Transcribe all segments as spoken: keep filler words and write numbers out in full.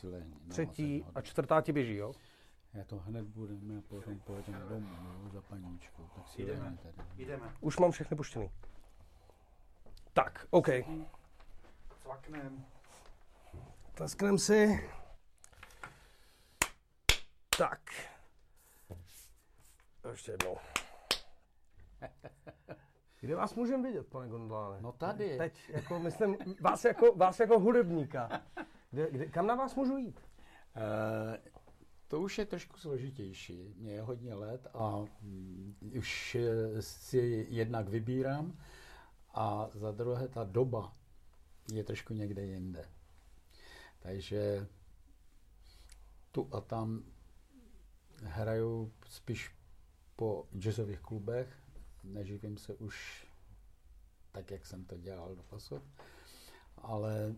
vysílení. No, Třetí a čtvrtá ti běží, jo? Já to hned budeme a potom pojedeme domů, no, za paníčkou. Tak si jdeme tady. Jdeme. Už mám všechny puštěný. Tak, OK. Cvaknem. Tlesknem si. Tak. Ještě jednou. Kde vás můžeme vidět, pane Gondláne? No tady. Teď, jako myslím, vás jako, vás jako hudebníka. Kde, kde, kam na vás můžu jít? Uh, to už je trošku složitější. Mně je hodně let a mm, už si jednak vybírám a za druhé ta doba je trošku někde jinde. Takže tu a tam hraju spíš po jazzových klubech, neživím se už tak, jak jsem to dělal doposud, ale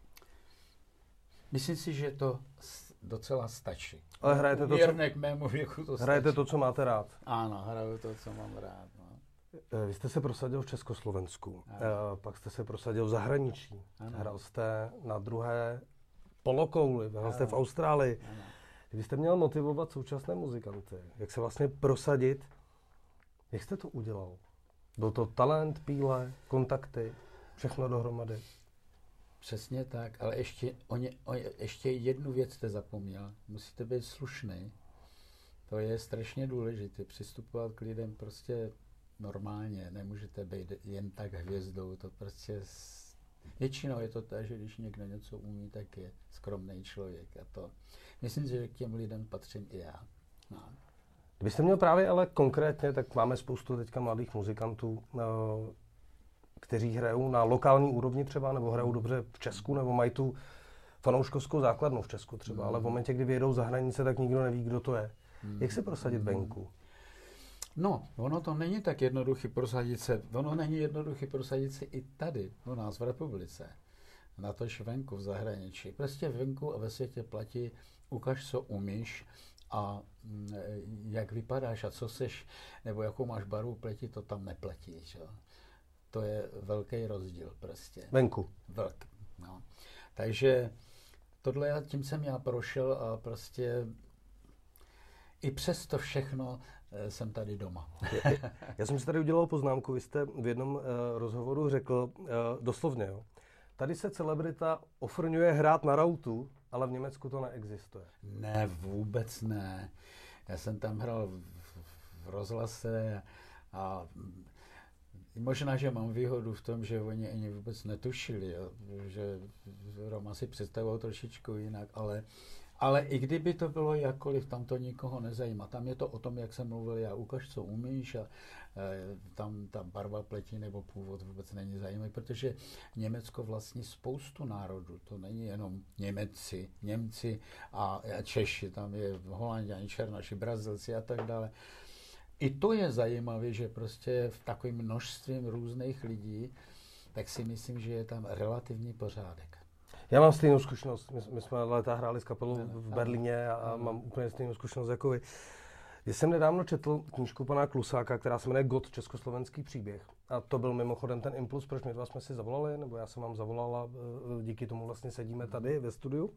myslím si, že to docela stačí. Ale hrajete to, co, k mému věku to hrajete stačí. to, co máte rád. Ano, hraju to, co mám rád. No. Vy jste se prosadil v Československu, Ano. pak jste se prosadil v zahraničí. Ano. Hrál jste na druhé polokouli, hrál jste v Austrálii. Ano. Kdybyste měl motivovat současné muzikanty, jak se vlastně prosadit, jak jste to udělal? Byl to talent, píle, kontakty, všechno dohromady? Přesně tak, ale ještě, o ně, o, ještě jednu věc jste zapomněl. Musíte být slušný. To je strašně důležité. Přistupovat k lidem prostě normálně. Nemůžete být jen tak hvězdou. To prostě s... Většinou je to tak, že když někdo něco umí, tak je skromný člověk. A to myslím si, že k těm lidem patřím i já. No. Kdybyste měl právě ale konkrétně, tak máme spoustu teďka mladých muzikantů, kteří hrajou na lokální úrovni třeba, nebo hrajou dobře v Česku, nebo mají tu fanouškovskou základnu v Česku třeba, mm. ale v momentě, kdy vyjedou za hranice, tak nikdo neví, kdo to je. Mm. Jak se prosadit venku? No, ono to není tak jednoduché prosadit se, ono není jednoduché prosadit se i tady, u nás v republice, natož venku v zahraničí. Prostě venku a ve světě platí, ukaž, co umíš a m, jak vypadáš a co seš, nebo jakou máš barvu pleti, to tam neplatí, čo? To je velký rozdíl prostě. Venku. Velký, no. Takže tohle, tím jsem já prošel a prostě i přes to všechno jsem tady doma. Já jsem si tady udělal poznámku, vy jste v jednom uh, rozhovoru řekl, uh, doslovně, jo, tady se celebrita ofrňuje hrát na rautu, ale v Německu to neexistuje. Ne, vůbec ne. Já jsem tam hrál v, v rozhlase a, a možná, že mám výhodu v tom, že oni ani vůbec netušili, jo, že Roma si představoval trošičku jinak, ale Ale i kdyby to bylo jakkoliv, tam to nikoho nezajímá. Tam je to o tom, jak jsem mluvil já, ukaž, co umíš a e, tam ta barva pleti nebo původ vůbec není zajímavý, protože Německo vlastní spoustu národů. To není jenom Němci, Němci a, a Češi, tam je Holanděni, Černoši, Brazilci a tak dále. I to je zajímavé, že prostě v takovém množství různých lidí, tak si myslím, že je tam relativní pořádek. Já mám stejnou zkušenost. My, my jsme léta hráli s kapelou v Berlíně a, a mám úplně stejnou zkušenost jako vy. Já jsem nedávno četl knížku pana Klusáka, která se jmenuje God, československý příběh. A to byl mimochodem ten impuls, proč my dva jsme si zavolali, nebo já jsem vám zavolal a díky tomu vlastně sedíme tady ve studiu.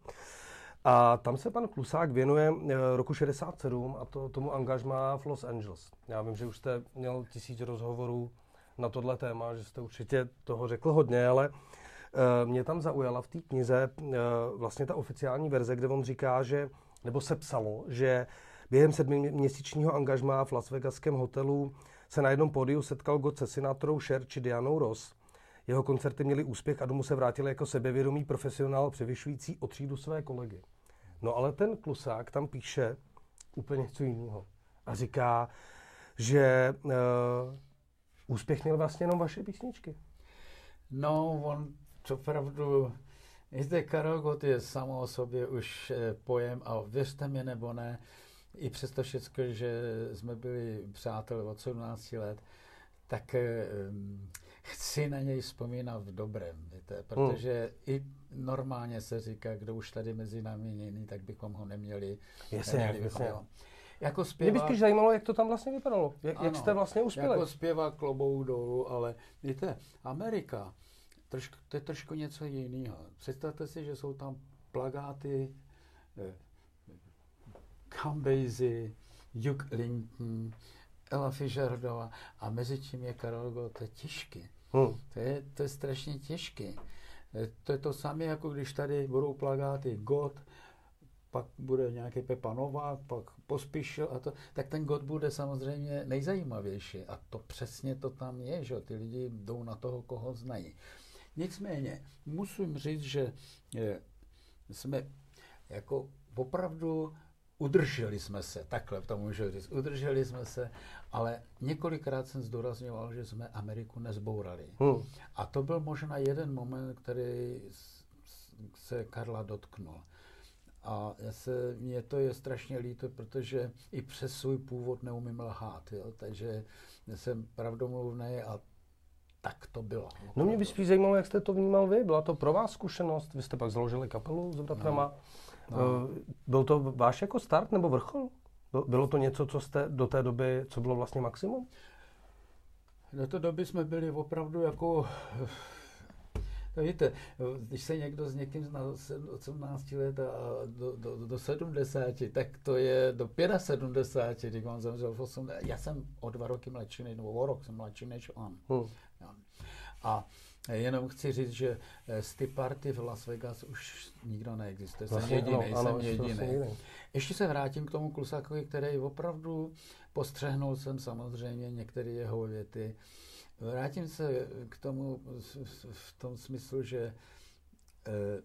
A tam se pan Klusák věnuje roku šedesát sedm a to, tomu angažmá v Los Angeles. Já vím, že už jste měl tisíc rozhovorů na tohle téma, že jste určitě toho řekl hodně, ale mě tam zaujala v té knize vlastně ta oficiální verze, kde on říká, že, nebo se psalo, že během sedmiměsíčního angažmá v Las Vegaském hotelu se na jednom pódiu setkal God se senátorou Cher či Dianou Ross. Jeho koncerty měly úspěch a domů se vrátil jako sebevědomý profesionál převyšující o třídu své kolegy. No ale ten Klusák tam píše úplně něco jiného. A říká, že uh, úspěch měl vlastně jenom vaše písničky. No, on opravdu, víte, Karel Gott je samo o sobě už pojem a věřte mi nebo ne, i přesto všechno, že jsme byli přátelé od sedmnácti let, tak um, chci na něj vzpomínat v dobrém, víte, protože hmm. i normálně se říká, kdo už tady mezi námi není, tak bychom ho neměli. Jasně, neměli jasně. Jako zpěvák, mě by spíš zajímalo, jak to tam vlastně vypadalo, jak, ano, jak jste vlastně uspěli. Jako zpěvák klobouk dolů, ale víte, Amerika, trošku, to je trošku něco jiného. Představte si, že jsou tam plakáty Count Basie, Duke Ellington, Ella Fitzgeraldová a mezi tím je Karel Gott, to je těžký. Hmm. To, je, to je strašně těžký. To je to samé, jako když tady budou plakáty Gott, pak bude nějaký Pepa Novák, pak Pospíšil a to, tak ten Gott bude samozřejmě nejzajímavější. A to přesně to tam je, že ty lidi jdou na toho, koho znají. Nicméně, musím říct, že jsme jako opravdu udrželi jsme se, takhle to můžu říct, udrželi jsme se, ale několikrát jsem zdůrazňoval, že jsme Ameriku nezbourali. Hmm. A to byl možná jeden moment, který se Karla dotknul. A já se, mě to je strašně líto, protože i přes svůj původ neumím lhát, jo? Takže jsem pravdomluvný a tak to bylo. No mě by spíš zajímalo, jak jste to vnímal vy. Byla to pro vás zkušenost? Vy jste pak založili kapelu s bratrama. No. No. Byl to váš jako start nebo vrchol? Bylo to něco, co jste do té doby, co bylo vlastně maximum? Do té doby jsme byli opravdu jako... No víte, když se někdo s někým zná osmnáct let a do, do, do sedmdesáti, tak to je do sedmdesáti pěti, když on zemřel v osmdesáti. Já jsem o dva roky mladší, nebo o rok jsem mladší než on. Hmm. A jenom chci říct, že z ty party v Las Vegas už nikdo neexistuje. Jsem vlastně, jediný, ano, jsem ano, jediný. Vlastně Ještě se vrátím k tomu Klusákovi, který opravdu postřehnul jsem samozřejmě některé jeho věty. Vrátím se k tomu v tom smyslu, že eh,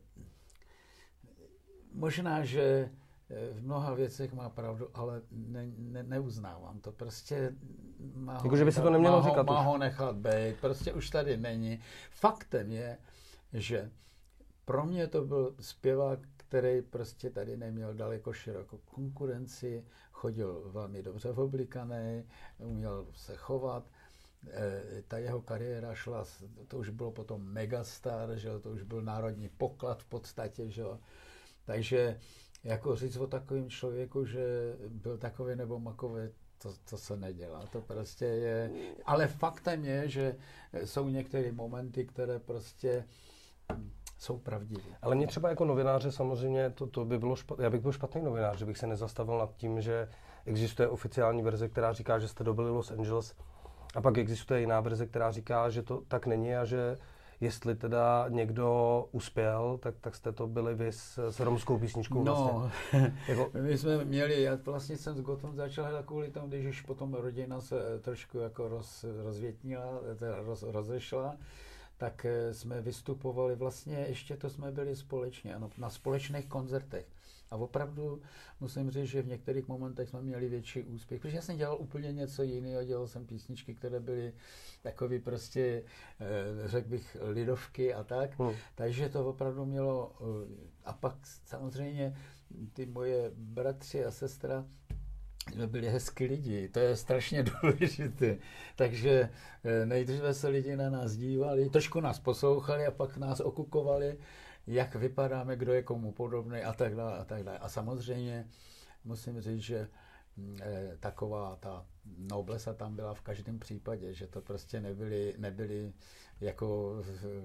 možná, že v mnoha věcech má pravdu, ale ne, ne, neuznávám to. Prostě má jako, ho, že by se to nemělo má, říkat ho, má ho nechat být, prostě už tady není. Faktem je, že pro mě to byl zpěvák, který prostě tady neměl daleko širokou konkurenci, chodil velmi dobře oblíkaný, uměl se chovat. E, ta jeho kariéra šla, to už bylo potom megastar, že to už byl národní poklad v podstatě, že takže jako říct o takovém člověku, že byl takový nebo makový, to, to se nedělá, to prostě je, ale faktem je, že jsou některé momenty, které prostě jsou pravdivé. Ale mě třeba jako novináře samozřejmě, to, to by bylo špatný, já bych byl špatný novinář, že bych se nezastavil nad tím, že existuje oficiální verze, která říká, že jste dobili Los Angeles, a pak existuje jiná verze, která říká, že to tak není a že jestli teda někdo uspěl, tak, tak jste to byli vy s, s romskou písničkou vlastně. No, jako... my jsme měli, já vlastně jsem s Gottem začal hledat kvůli tomu, když už potom rodina se trošku jako roz, rozvětnila, roz, rozešla, tak jsme vystupovali vlastně, ještě to jsme byli společně, ano, na společných koncertech. A opravdu musím říct, že v některých momentech jsme měli větší úspěch, protože já jsem dělal úplně něco jiného, dělal jsem písničky, které byly takový prostě, řekl bych, lidovky a tak, hmm. takže to opravdu mělo, a pak samozřejmě ty moje bratři a sestra, jsme byli hezký lidi, to je strašně důležité, takže nejdříve se lidi na nás dívali, trošku nás poslouchali a pak nás okukovali, jak vypadáme, kdo je komu podobný a tak dále a tak dále. A samozřejmě musím říct, že e, taková ta noblesa tam byla v každém případě, že to prostě nebyli, nebyli jako,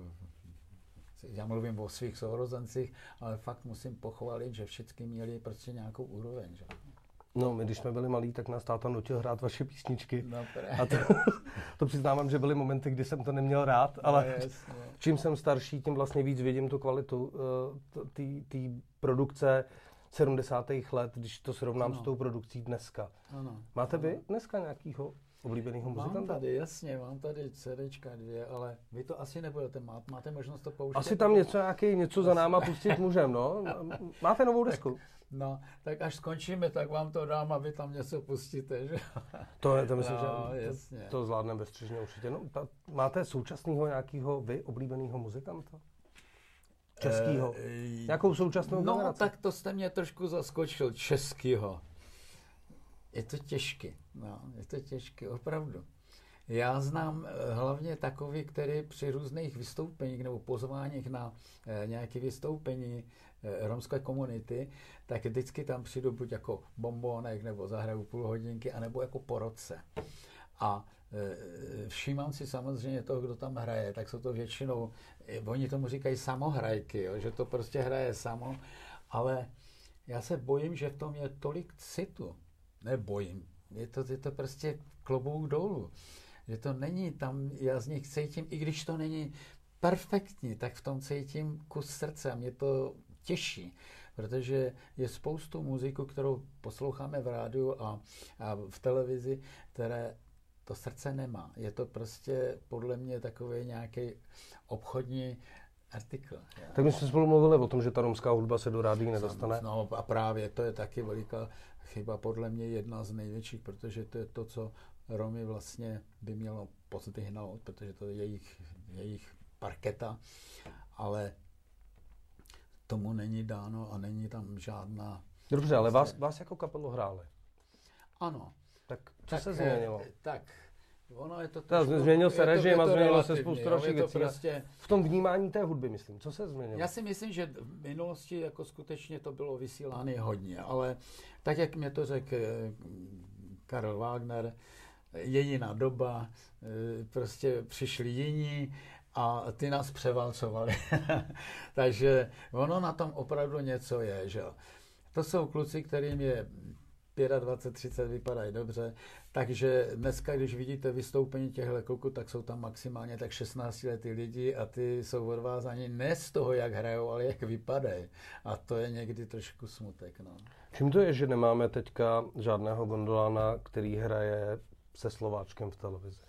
já mluvím o svých sourozencích, ale fakt musím pochválit, že všichni měli prostě nějakou úroveň. Že? No, my když jsme byli malí, tak nás táta nutil hrát vaše písničky. No, a to, to přiznávám, že byly momenty, kdy jsem to neměl rád, ale no, čím jsem starší, tím vlastně víc vidím tu kvalitu té produkce sedmdesátých let, když to srovnám ano. s tou produkcí dneska. Ano. Máte ano. vy dneska nějakýho oblíbeného muzikanta? Mám tady, jasně, mám tady CDčka dvě, ale vy to asi nebudete mát, máte možnost to pouštět. Asi tam něco, nějaký, něco za náma pustit můžem, no. Máte novou desku? No, tak až skončíme, tak vám to dám a vy tam něco pustíte, že? To, to myslím, no, že jasně. to, to zvládneme bezstřežně určitě. No, ta, máte současného nějakého vy oblíbeného muzikanta? Českýho? E, Nějakou současnou No, generaci? tak to jste mě trošku zaskočil, českýho. Je to těžké, no, je to těžké, opravdu. Já znám hlavně takový, který při různých vystoupeních nebo pozváních na eh, nějaké vystoupení eh, romské komunity, tak vždycky tam přijdu buď jako bombónek, nebo zahraju půl hodinky, anebo jako po roce. A eh, všímám si samozřejmě toho, kdo tam hraje, tak jsou to většinou, eh, oni tomu říkají samohrajky, jo, že to prostě hraje samo, ale já se bojím, že v tom je tolik citu. Nebojím. Je to, je to prostě klobouk dolů. Že to není tam, já z nich cítím, i když to není perfektní, tak v tom cítím kus srdce a mě to těší. Protože je spoustu muziku, kterou posloucháme v rádiu a, a v televizi, které to srdce nemá. Je to prostě podle mě takový nějaký obchodní artikl. Tak my jsme spolu mluvili o tom, že ta romská hudba se do rádií nedostane. No a právě to je taky veliká chyba, podle mě jedna z největších, protože to je to, co Romy vlastně by mělo pozdvihnout, protože to je jejich, jejich parketa, ale tomu není dáno a není tam žádná... Dobře, ale vás, vás jako kapelu hráli. Ano. Tak co tak, se změnilo? Tak, ono je to... Tak, změnil se režim a změnilo se spoustu dalších věcí. Prostě... V tom vnímání té hudby, myslím. Co se změnilo? Já si myslím, že v minulosti jako skutečně to bylo vysíláno hodně, ale tak, jak mě to řekl Karel Wagner, je jiná doba, prostě přišli jiní a ty nás převálcovali. Takže ono na tom opravdu něco je, že jo. To jsou kluci, kterým je dvacet pět, třicet, vypadají dobře, takže dneska, když vidíte vystoupení těchto kluků, tak jsou tam maximálně tak šestnáctiletí lidi a ty jsou odvázaní ne z toho, jak hrajou, ale jak vypadají. A to je někdy trošku smutek, no. Čím to je, že nemáme teďka žádného Gondolána, který hraje se Slováčkem v televizi?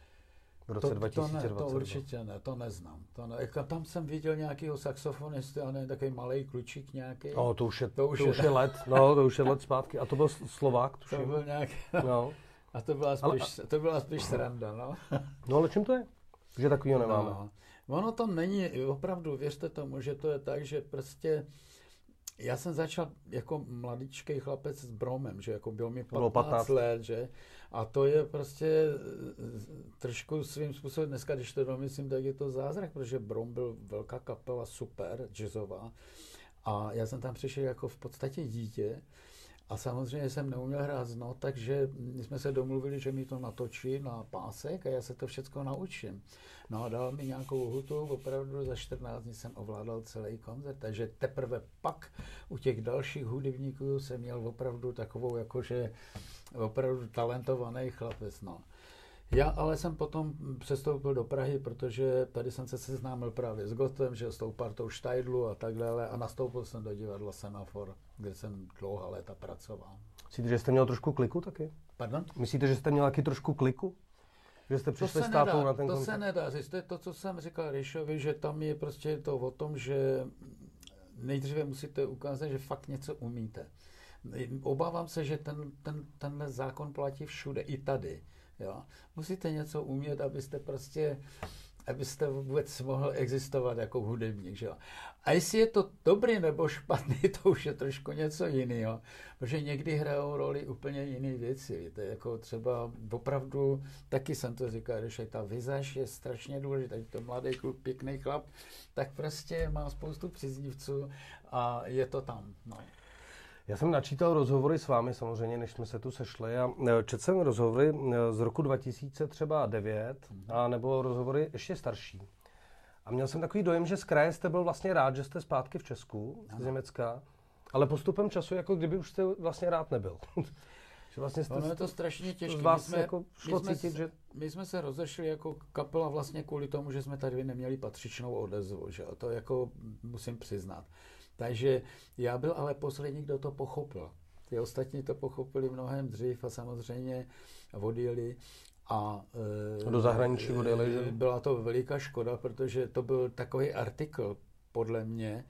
V roce to, dva tisíce dvacet dva. To, ne, to určitě ne, to neznám. To ne. Tam jsem viděl nějakého saxofonisty, ale takový malej klučík nějaký. No, to už je, to už to je, už je let, no, to už je let zpátky. A to byl Slovák, tuším. To byl nějaký, no. A to byla spíš, ale, to byla spíš sranda, no. No ale čím to je? Že takovýho nemáme. No, ono to není, opravdu, věřte tomu, že to je tak, že prostě já jsem začal jako mladíčkej chlapec s Bromem, že jako byl mi patnáct, patnáct let, že? A to je prostě trošku svým způsobem, dneska, když to domyslím, tak je to zázrak, protože Brom byl velká kapela, super, jazzová. A já jsem tam přišel jako v podstatě dítě a samozřejmě jsem neuměl hrát z not, takže jsme se domluvili, že mi to natočí na pásek a já se to všechno naučím. No a dal mi nějakou hutu, opravdu za čtrnáct dní jsem ovládal celý koncert, takže teprve pak u těch dalších hudebníků jsem měl opravdu takovou jakože opravdu talentovaný chlapec, no. Já ale jsem potom přestoupil do Prahy, protože tady jsem se seznámil právě s Gotem, že s tou partou Štajdlu a tak dále a nastoupil jsem do divadla Semafor, kde jsem dlouhá léta pracoval. Myslíte, že jste měl trošku kliku taky? Pardon? Myslíte, že jste měl taky trošku kliku? Že jste přišli s tátou na ten to koncert? To se nedá říct, to je to, co jsem říkal Ryšovi, že tam je prostě to o tom, že nejdříve musíte ukázat, že fakt něco umíte. Obávám se, že ten, ten, tenhle zákon platí všude, i tady. Jo. Musíte něco umět, abyste prostě, abyste vůbec mohl existovat jako hudebník. Že jo. A jestli je to dobrý nebo špatný, to už je trošku něco jiného. Protože někdy hrajou roli úplně jiné věci. Víte, jako třeba opravdu, taky jsem to říkal, když ta vizáž je strašně důležitá, to mladý kluk, pěkný chlap, tak prostě má spoustu příznivců a je to tam. No. Já jsem načítal rozhovory s vámi samozřejmě, než jsme se tu sešli a četl jsem rozhovory z roku dva tisíce devět a nebo rozhovory ještě starší. A měl jsem takový dojem, že z kraje jste byl vlastně rád, že jste zpátky v Česku, z Německa, ale postupem času, jako kdyby už jste vlastně rád nebyl. Že vlastně jste, ono je to strašně těžké. Vás my jsme, jako šlo my cítit, jsme, že... my jsme se rozešli jako kapela vlastně kvůli tomu, že jsme tady neměli patřičnou odezvu, že to jako musím přiznat. Takže já byl ale poslední, kdo to pochopil. Ty ostatní to pochopili mnohem dřív a samozřejmě odjeli. A, a do zahraničí odjeli, že? Byla to veliká škoda, protože to byl takový artikl, podle mě,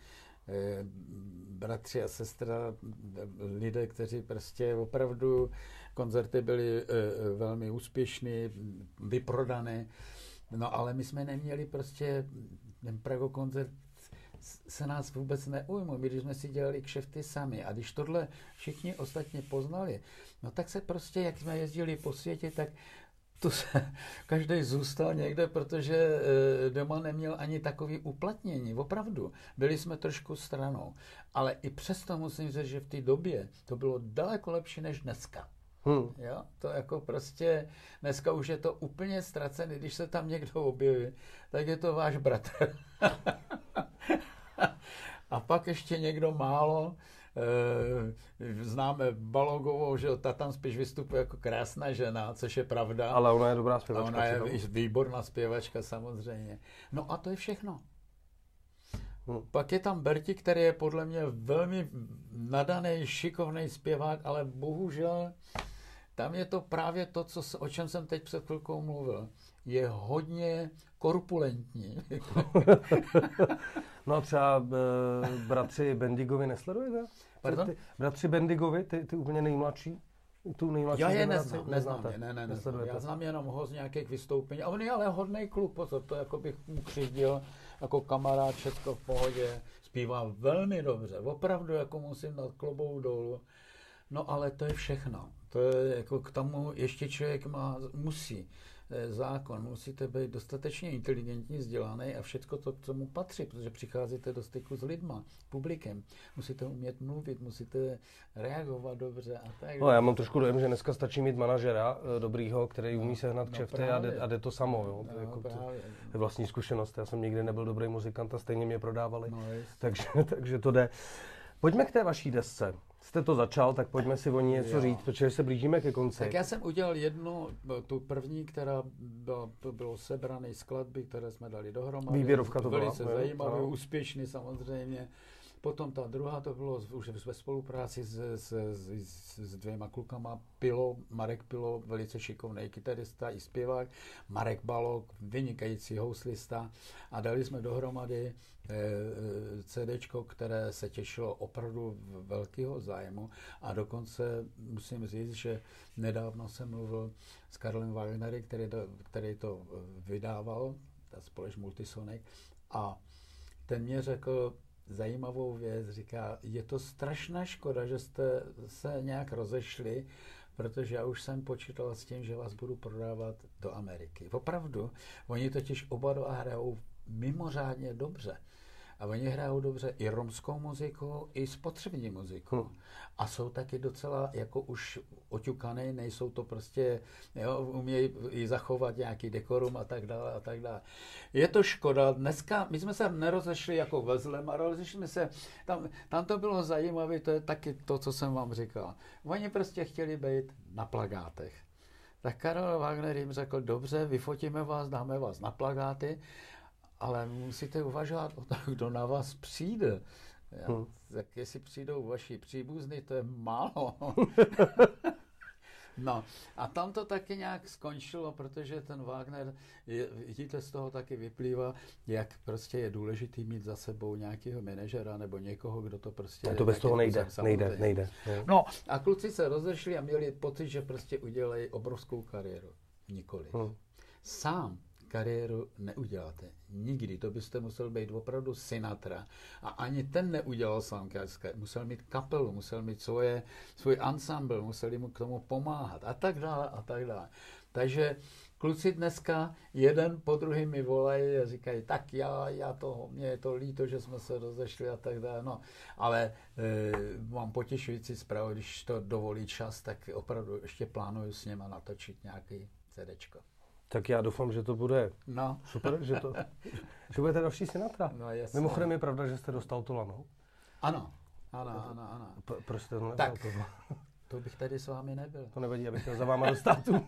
bratři a sestra, lidé, kteří prostě opravdu, koncerty byly velmi úspěšný, vyprodané, no ale my jsme neměli prostě, ten Prago koncert se nás vůbec neujmul, my když jsme si dělali kšefty sami a když tohle všichni ostatně poznali, no tak se prostě, jak jsme jezdili po světě, tak tu se každý zůstal někde, protože e, doma neměl ani takový uplatnění, opravdu. Byli jsme trošku stranou, ale i přesto musím říct, že v té době to bylo daleko lepší než dneska. Hmm. Jo? To jako prostě, dneska už je to úplně ztracený, když se tam někdo objeví, tak je to váš bratr. A pak ještě někdo málo e, známe Balogovou, že ta tam spíš vystupuje jako krásná žena, což je pravda. Ale ona je dobrá zpěvačka. Ona je výborná zpěvačka samozřejmě. No a to je všechno. Hmm. Pak je tam Berti, který je podle mě velmi nadaný, šikovný zpěvák, ale bohužel tam je to právě to, co, o čem jsem teď před chvilkou mluvil. Je hodně korpulentní. No a třeba e, bratři Bendigovi nesledujete? Pardon? Ty, bratři Bendigovi, ty, ty úplně nejmladší? Tu nejmladší Já je generaci? neznám, neznám je, ne, ne, neznám. Já znám jenom ho z nějakých vystoupení. A on je ale hodnej kluk, pozor, to jako bych mu křivdil, jako kamarád, všechno v pohodě, zpívá velmi dobře, opravdu jako musím dát klobouk dolů. No ale to je všechno. To je jako k tomu ještě člověk má, musí zákon, musíte být dostatečně inteligentní, vzdělaný a všechno to k tomu patří, protože přicházíte do styku s lidma, publikem. Musíte umět mluvit, musíte reagovat dobře a tak. No já mám trošku dojem, že dneska stačí mít manažera dobrýho, který umí sehnat no, kšefty a jde, a jde to samo. Jo? To, no, jako to je vlastní zkušenost. Já jsem nikdy nebyl dobrý muzikant a stejně mě prodávali. No, takže, takže to jde. Pojďme k té vaší desce. Jste to začal, tak pojďme si o ní něco jo. říct, protože se blížíme ke konci. Tak já jsem udělal jednu, tu první, která byla, bylo sebrané skladby, které jsme dali dohromady. Výběrovka to byla. Velice zajímavé, úspěšný samozřejmě. Potom ta druhá, to bylo už ve spolupráci s, s, s, s dvěma klukama. Pilo, Marek Pilo, velice šikovný kytarista i zpěvák. Marek Balok, vynikající houslista. A dali jsme dohromady e, CDčko, které se těšilo opravdu velkého zájmu. A dokonce musím říct, že nedávno jsem mluvil s Karlem Wagnery, který to, který to vydával, ta společnost Multisonic. A ten mě řekl zajímavou věc, říká, je to strašná škoda, že jste se nějak rozešli, protože já už jsem počítal s tím, že vás budu prodávat do Ameriky. Opravdu, oni totiž oba dva hrajou mimořádně dobře. A oni hrajou dobře i romskou muziku, i spotřební muziku. Hmm. A jsou taky docela jako už oťukaný, nejsou to prostě, jo, umějí i zachovat nějaký dekorum a tak dále a tak dále. Je to škoda. Dneska, my jsme se nerozešli jako ve zlem, ale rozešli jsme se, tam, tam to bylo zajímavé, to je taky to, co jsem vám říkal. Oni prostě chtěli být na plakátech. Tak Karel Wagner jim řekl, dobře, vyfotíme vás, dáme vás na plakáty, ale musíte uvažovat o tom, kdo na vás přijde. Hmm. Tak jestli přijdou vaši příbuzní, to je málo. No a tam to taky nějak skončilo, protože ten Wagner, je, vidíte, z toho taky vyplývá, jak prostě je důležitý mít za sebou nějakého manažera nebo někoho, kdo to prostě... A to bez toho nejde, nejde, nejde. No a kluci se rozešli a měli pocit, že prostě udělají obrovskou kariéru. Nikoli. Hmm. Sám kariéru neuděláte. Nikdy. To byste musel být opravdu Sinatra. A ani ten neudělal sám kariéru. Musel mít kapelu, musel mít svoje, svůj ensemble, museli mu k tomu pomáhat a tak dále a tak dále. Takže kluci dneska jeden po druhý mi volají a říkají, tak já, já to, mě je to líto, že jsme se rozešli a tak dále. No, ale e, mám potěšující zprávu, když to dovolí čas, tak opravdu ještě plánuju s něma natočit nějaký CDčko. Tak já doufám, že to bude no. super, že to, že budete další Sinatra. No, jasně. Mimochodem je pravda, že jste dostal tu lano? Ano, ano, ano, ano. P- proč jste to tak, to? to bych tady s vámi nebyl. To nevadí, abych chtěl za váma dostat tu.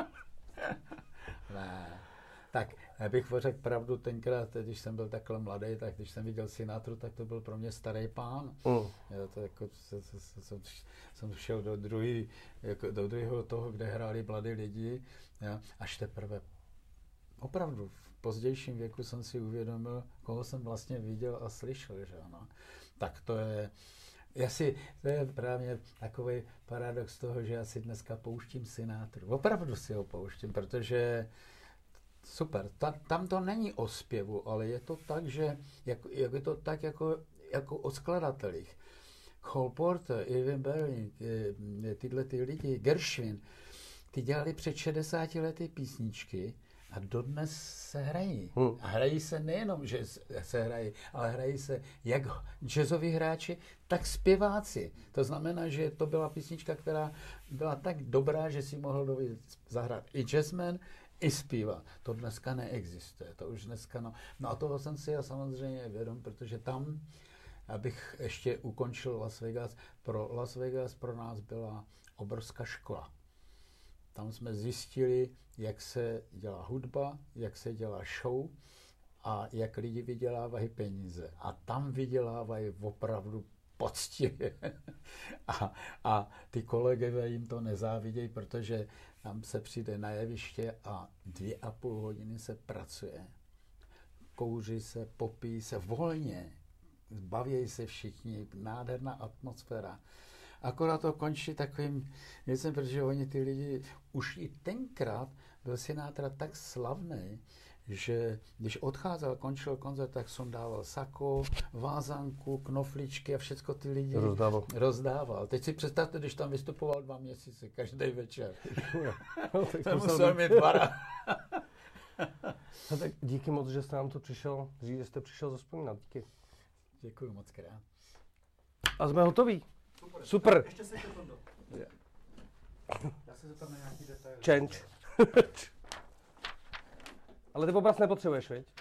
Ne. Tak, abych řekl pravdu, tenkrát, když jsem byl takhle mladý, tak když jsem viděl Sinatru, tak to byl pro mě starý pán. Mm. Jo, to jako, jsem, jsem šel do, druhý, jako, do druhého toho, kde hráli mladí lidi, jo, až teprve opravdu v pozdějším věku jsem si uvědomil, koho jsem vlastně viděl a slyšel. Že ano. Tak to je... Já si, to je právě takový paradox toho, že já si dneska pouštím Sinatru. Opravdu si ho pouštím, protože super, ta, tam to není o zpěvu, ale je to tak, že jak, jak je to tak jako, jako o skladatelích. Cole Porter, Irving Berlin, tyhle ty lidi, Gershwin, ty dělali před šedesáti lety písničky a dodnes se hrají. Hmm. A hrají se nejenom, že se hrají, ale hrají se jak jazzoví hráči, tak zpěváci. To znamená, že to byla písnička, která byla tak dobrá, že si mohl dovolit zahrát i jazzman, i zpívat. To dneska neexistuje. To už dneska, no. No a toho jsem si já samozřejmě vědom, protože tam abych ještě ukončil Las Vegas. Pro Las Vegas pro nás byla obrovská škola. Tam jsme zjistili, jak se dělá hudba, jak se dělá show a jak lidi vydělávají peníze. A tam vydělávají opravdu poctivě. a, a ty kolegové jim to nezávidějí, protože tam se přijde na jeviště a dvě a půl hodiny se pracuje. Kouří se, popíjí se volně, baví se všichni, nádherná atmosféra. Akorát to končí takovým věcem, protože oni ty lidi, už i tenkrát byl Sinatra tak slavný, že když odcházel, končil koncert, tak sundával sako, vázanku, knofličky a všechno ty lidi rozdával. rozdával. Teď si představte, když tam vystupoval dva měsíce, každý večer. No, tak to musel mít bara. No, tak díky moc, že jste nám to přišel, že jste přišel zavzpomínat. Díky. Děkuji moc krát. A jsme hotoví. Super. Super. Ještě se to do. Já se zeptám na nějaký detail. Change. Ale ty obraz nepotřebuješ, viď?